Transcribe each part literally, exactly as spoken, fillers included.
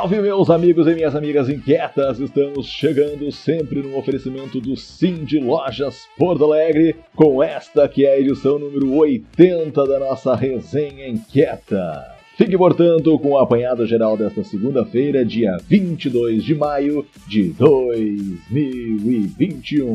Salve, meus amigos e minhas amigas inquietas! Estamos chegando sempre no oferecimento do Cindy Lojas Porto Alegre, com esta que é a edição número oitenta da nossa resenha inquieta. Fique, portanto, com o apanhado geral desta segunda-feira, dia vinte e dois de maio de dois mil e vinte e um.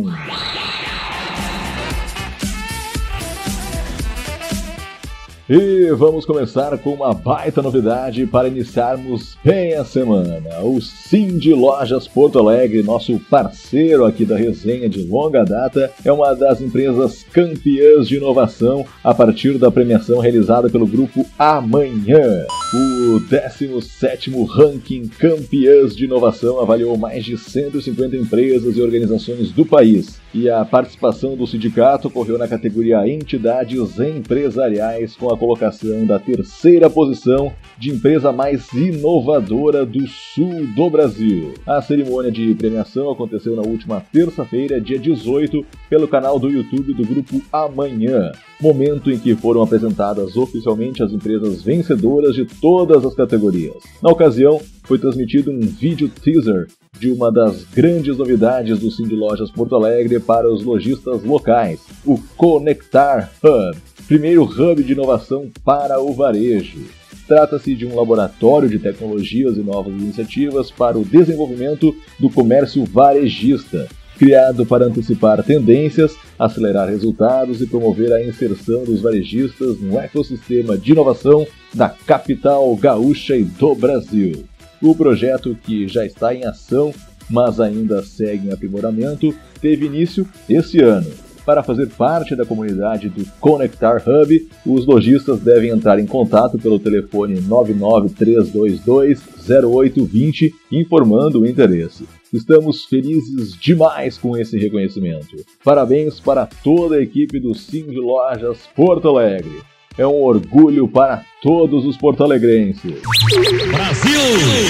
E vamos começar com uma baita novidade para iniciarmos bem a semana. O Cindy Lojas Porto Alegre, nosso parceiro aqui da resenha de longa data, é uma das empresas campeãs de inovação a partir da premiação realizada pelo grupo Amanhã. O décimo sétimo ranking Campeãs de Inovação avaliou mais de cento e cinquenta empresas e organizações do país. E a participação do sindicato ocorreu na categoria Entidades Empresariais, com a colocação da terceira posição de empresa mais inovadora do sul do Brasil. A cerimônia de premiação aconteceu na última terça-feira, dia dezoito, pelo canal do YouTube do Grupo Amanhã, momento em que foram apresentadas oficialmente as empresas vencedoras de todas as categorias. Na ocasião, foi transmitido um vídeo teaser de uma das grandes novidades do Cindy Lojas Porto Alegre para os lojistas locais, o Conectar Hub, primeiro hub de inovação para o varejo. Trata-se de um laboratório de tecnologias e novas iniciativas para o desenvolvimento do comércio varejista, criado para antecipar tendências, acelerar resultados e promover a inserção dos varejistas no ecossistema de inovação da capital gaúcha e do Brasil. O projeto, que já está em ação, mas ainda segue em aprimoramento, teve início esse ano. Para fazer parte da comunidade do Conectar Hub, os lojistas devem entrar em contato pelo telefone nove nove três dois dois zero oito dois zero, informando o interesse. Estamos felizes demais com esse reconhecimento. Parabéns para toda a equipe do Cindy Lojas Porto Alegre. É um orgulho para todos os porto-alegrenses. Brasil!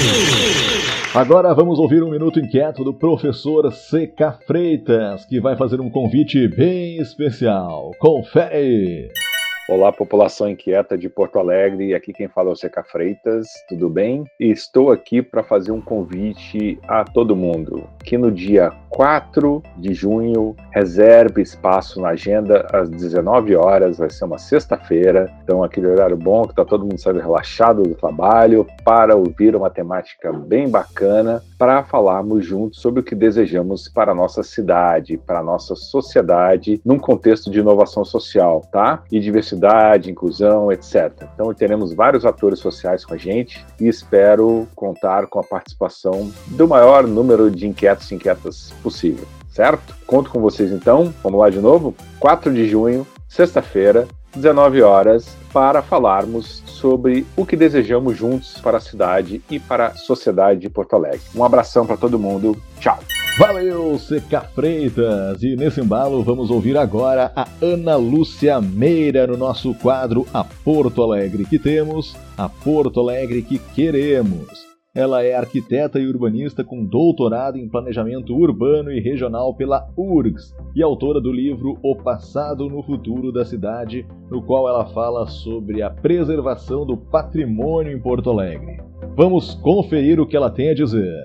Agora vamos ouvir um Minuto Inquieto do professor C K Freitas, que vai fazer um convite bem especial. Confere! Olá, população inquieta de Porto Alegre, aqui quem fala é o C K Freitas, tudo bem? E estou aqui para fazer um convite a todo mundo, que no dia quatro de junho reserve espaço na agenda às dezenove horas, vai ser uma sexta-feira, então aquele horário bom que está todo mundo saindo relaxado do trabalho, para ouvir uma temática bem bacana, para falarmos juntos sobre o que desejamos para a nossa cidade, para a nossa sociedade, num contexto de inovação social, tá? E diversidade, inclusão, etcétera. Então teremos vários atores sociais com a gente e espero contar com a participação do maior número de inquietos e inquietas possível, certo? Conto com vocês então, vamos lá de novo? quatro de junho, sexta-feira, dezenove horas, para falarmos sobre o que desejamos juntos para a cidade e para a sociedade de Porto Alegre. Um abração para todo mundo, tchau! Valeu, C K Freitas! E nesse embalo vamos ouvir agora a Ana Lúcia Meira no nosso quadro A Porto Alegre que temos, a Porto Alegre que queremos. Ela é arquiteta e urbanista com doutorado em planejamento urbano e regional pela U R G S e autora do livro O Passado no Futuro da Cidade, no qual ela fala sobre a preservação do patrimônio em Porto Alegre. Vamos conferir o que ela tem a dizer.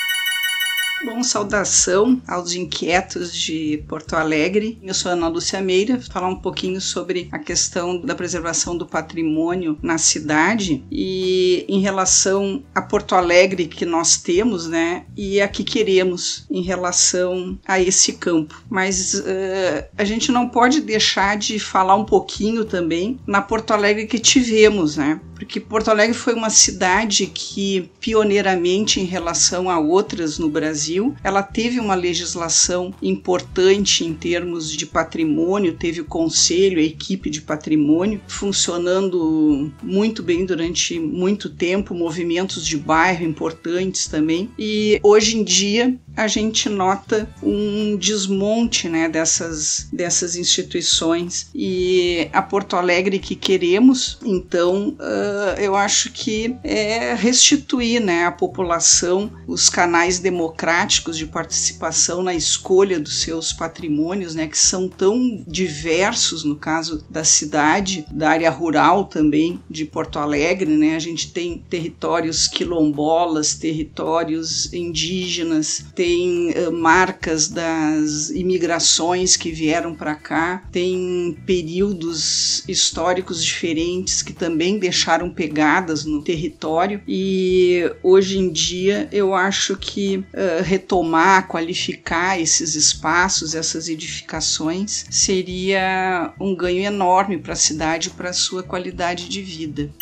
Bom, saudação aos inquietos de Porto Alegre. Eu sou a Ana Lúcia Meira, vou falar um pouquinho sobre a questão da preservação do patrimônio na cidade e em relação a Porto Alegre que nós temos, né, e a que queremos em relação a esse campo. Mas uh, a gente não pode deixar de falar um pouquinho também na Porto Alegre que tivemos, né? Porque Porto Alegre foi uma cidade que, pioneiramente em relação a outras no Brasil, ela teve uma legislação importante em termos de patrimônio, teve o conselho, a equipe de patrimônio, funcionando muito bem durante muito tempo, movimentos de bairro importantes também. E hoje em dia a gente nota um desmonte, né, dessas, dessas instituições. E a Porto Alegre que queremos, então, uh, eu acho que é restituir, né, à população os canais democráticos elásticos de participação na escolha dos seus patrimônios, né, que são tão diversos no caso da cidade, da área rural também de Porto Alegre, né? A gente tem territórios quilombolas, territórios indígenas, tem uh, marcas das imigrações que vieram para cá, tem períodos históricos diferentes que também deixaram pegadas no território, e hoje em dia eu acho que uh, retomar, qualificar esses espaços, essas edificações, seria um ganho enorme para a cidade e para a sua qualidade de vida.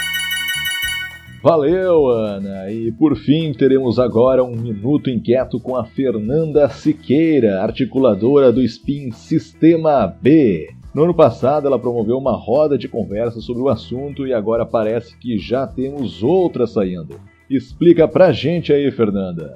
Valeu, Ana! E por fim, teremos agora um Minuto Inquieto com a Fernanda Siqueira, articuladora do S P I N Sistema B. No ano passado, ela promoveu uma roda de conversa sobre o assunto e agora parece que já temos outra saindo. Explica pra gente aí, Fernanda.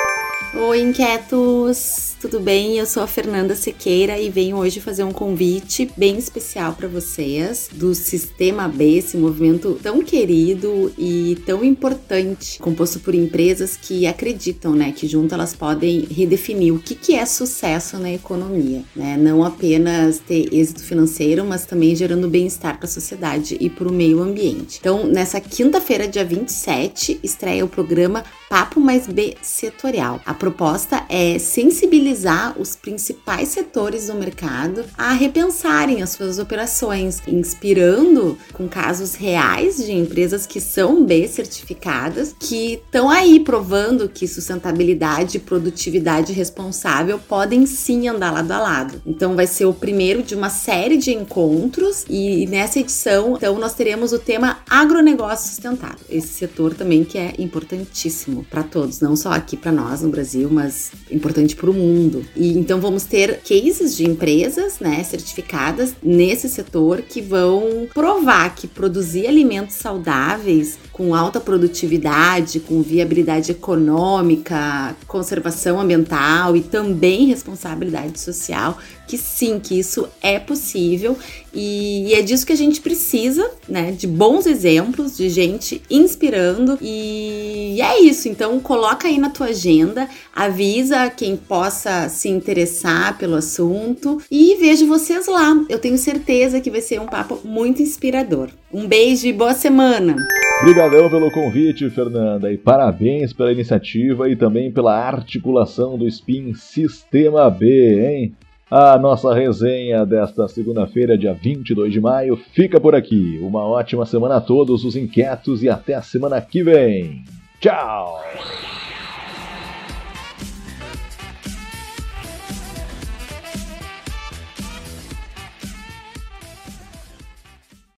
Oi, inquietos! Tudo bem? Eu sou a Fernanda Siqueira e venho hoje fazer um convite bem especial para vocês do Sistema B, esse movimento tão querido e tão importante, composto por empresas que acreditam, né, que junto elas podem redefinir o que, que é sucesso na economia, né? Não apenas ter êxito financeiro, mas também gerando bem-estar para a sociedade e para o meio ambiente. Então, nessa quinta-feira, dia vinte e sete, estreia o programa Papo Mais B Setorial. A proposta é sensibilizar os principais setores do mercado a repensarem as suas operações, inspirando com casos reais de empresas que são B certificadas, que estão aí provando que sustentabilidade e produtividade responsável podem sim andar lado a lado. Então vai ser o primeiro de uma série de encontros e nessa edição, então, nós teremos o tema agronegócio sustentável. Esse setor também que é importantíssimo para todos, não só aqui para nós no Brasil, mas importante para o mundo. E então vamos ter cases de empresas, né, certificadas nesse setor que vão provar que produzir alimentos saudáveis com alta produtividade, com viabilidade econômica, conservação ambiental e também responsabilidade social, que sim, que isso é possível e é disso que a gente precisa, né, de bons exemplos, de gente inspirando e é isso, então coloca aí na tua agenda, avisa quem possa se interessar pelo assunto e vejo vocês lá, eu tenho certeza que vai ser um papo muito inspirador. Um beijo e boa semana! Obrigadão pelo convite, Fernanda, e parabéns pela iniciativa e também pela articulação do S P I N Sistema B, hein? A nossa resenha desta segunda-feira, dia vinte e dois de maio, fica por aqui. Uma ótima semana a todos os inquietos e até a semana que vem. Tchau!